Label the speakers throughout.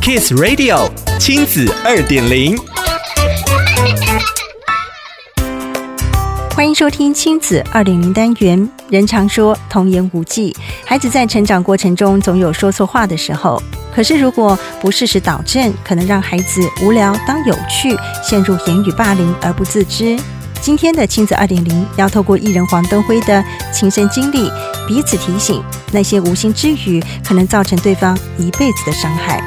Speaker 1: Kiss Radio 亲子2.0，
Speaker 2: 欢迎收听亲子2.0单元。人常说童言无忌，孩子在成长过程中总有说错话的时候。可是如果不适时导正，可能让孩子无聊当有趣，陷入言语霸凌而不自知。今天的亲子2.0要透过艺人黄登辉的亲身经历，彼此提醒那些无心之语可能造成对方一辈子的伤害。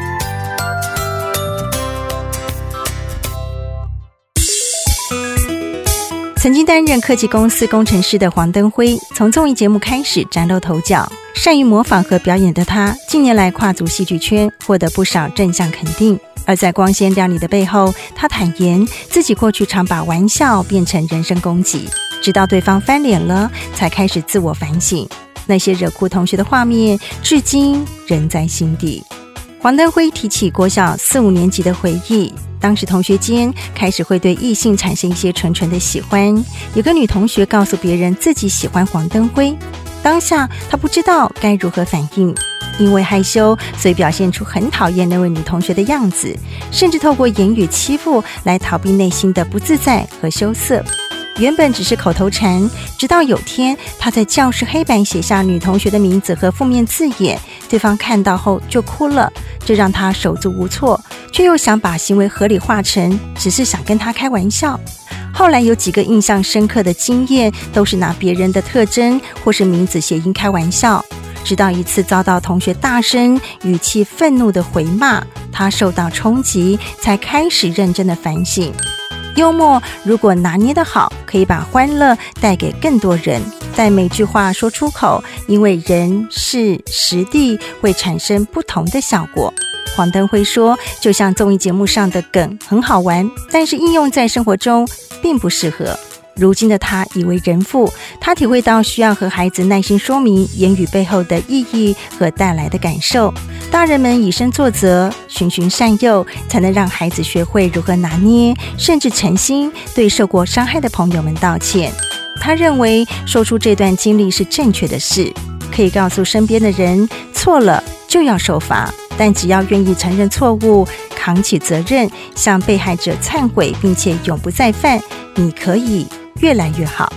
Speaker 2: 曾经担任科技公司工程师的黄登辉，从综艺节目开始崭露头角。善于模仿和表演的他，近年来跨足戏剧圈，获得不少正向肯定。而在光鲜亮丽的背后，他坦言自己过去常把玩笑变成人身攻击，直到对方翻脸了，才开始自我反省。那些惹哭同学的画面，至今仍在心底。黄登辉提起国小4、5年级的回忆，当时同学间开始会对异性产生一些纯纯的喜欢。有个女同学告诉别人自己喜欢黄登辉，当下她不知道该如何反应，因为害羞，所以表现出很讨厌那位女同学的样子，甚至透过言语欺负来逃避内心的不自在和羞涩。原本只是口头禅，直到有天他在教室黑板写下女同学的名字和负面字眼，对方看到后就哭了，这让他手足无措，却又想把行为合理化成只是想跟他开玩笑。后来有几个印象深刻的经验，都是拿别人的特征或是名字谐音开玩笑，直到一次遭到同学大声语气愤怒的回骂，他受到冲击，才开始认真的反省。幽默如果拿捏得好，可以把欢乐带给更多人，但每句话说出口，因为人事时地会产生不同的效果。黄登辉说，就像综艺节目上的梗很好玩，但是应用在生活中并不适合。如今的他已为人父，他体会到需要和孩子耐心说明言语背后的意义和带来的感受。大人们以身作则，循循善诱，才能让孩子学会如何拿捏，甚至诚心对受过伤害的朋友们道歉。他认为说出这段经历是正确的事，可以告诉身边的人，错了就要受罚，但只要愿意承认错误，扛起责任，向被害者忏悔，并且永不再犯，你可以越来越好。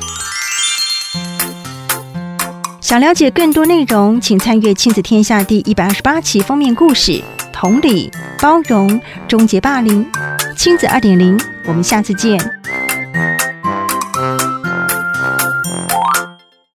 Speaker 2: 想了解更多内容，请参阅《亲子天下》第128期封面故事，同理、包容、终结霸凌。亲子2.0，我们下次见。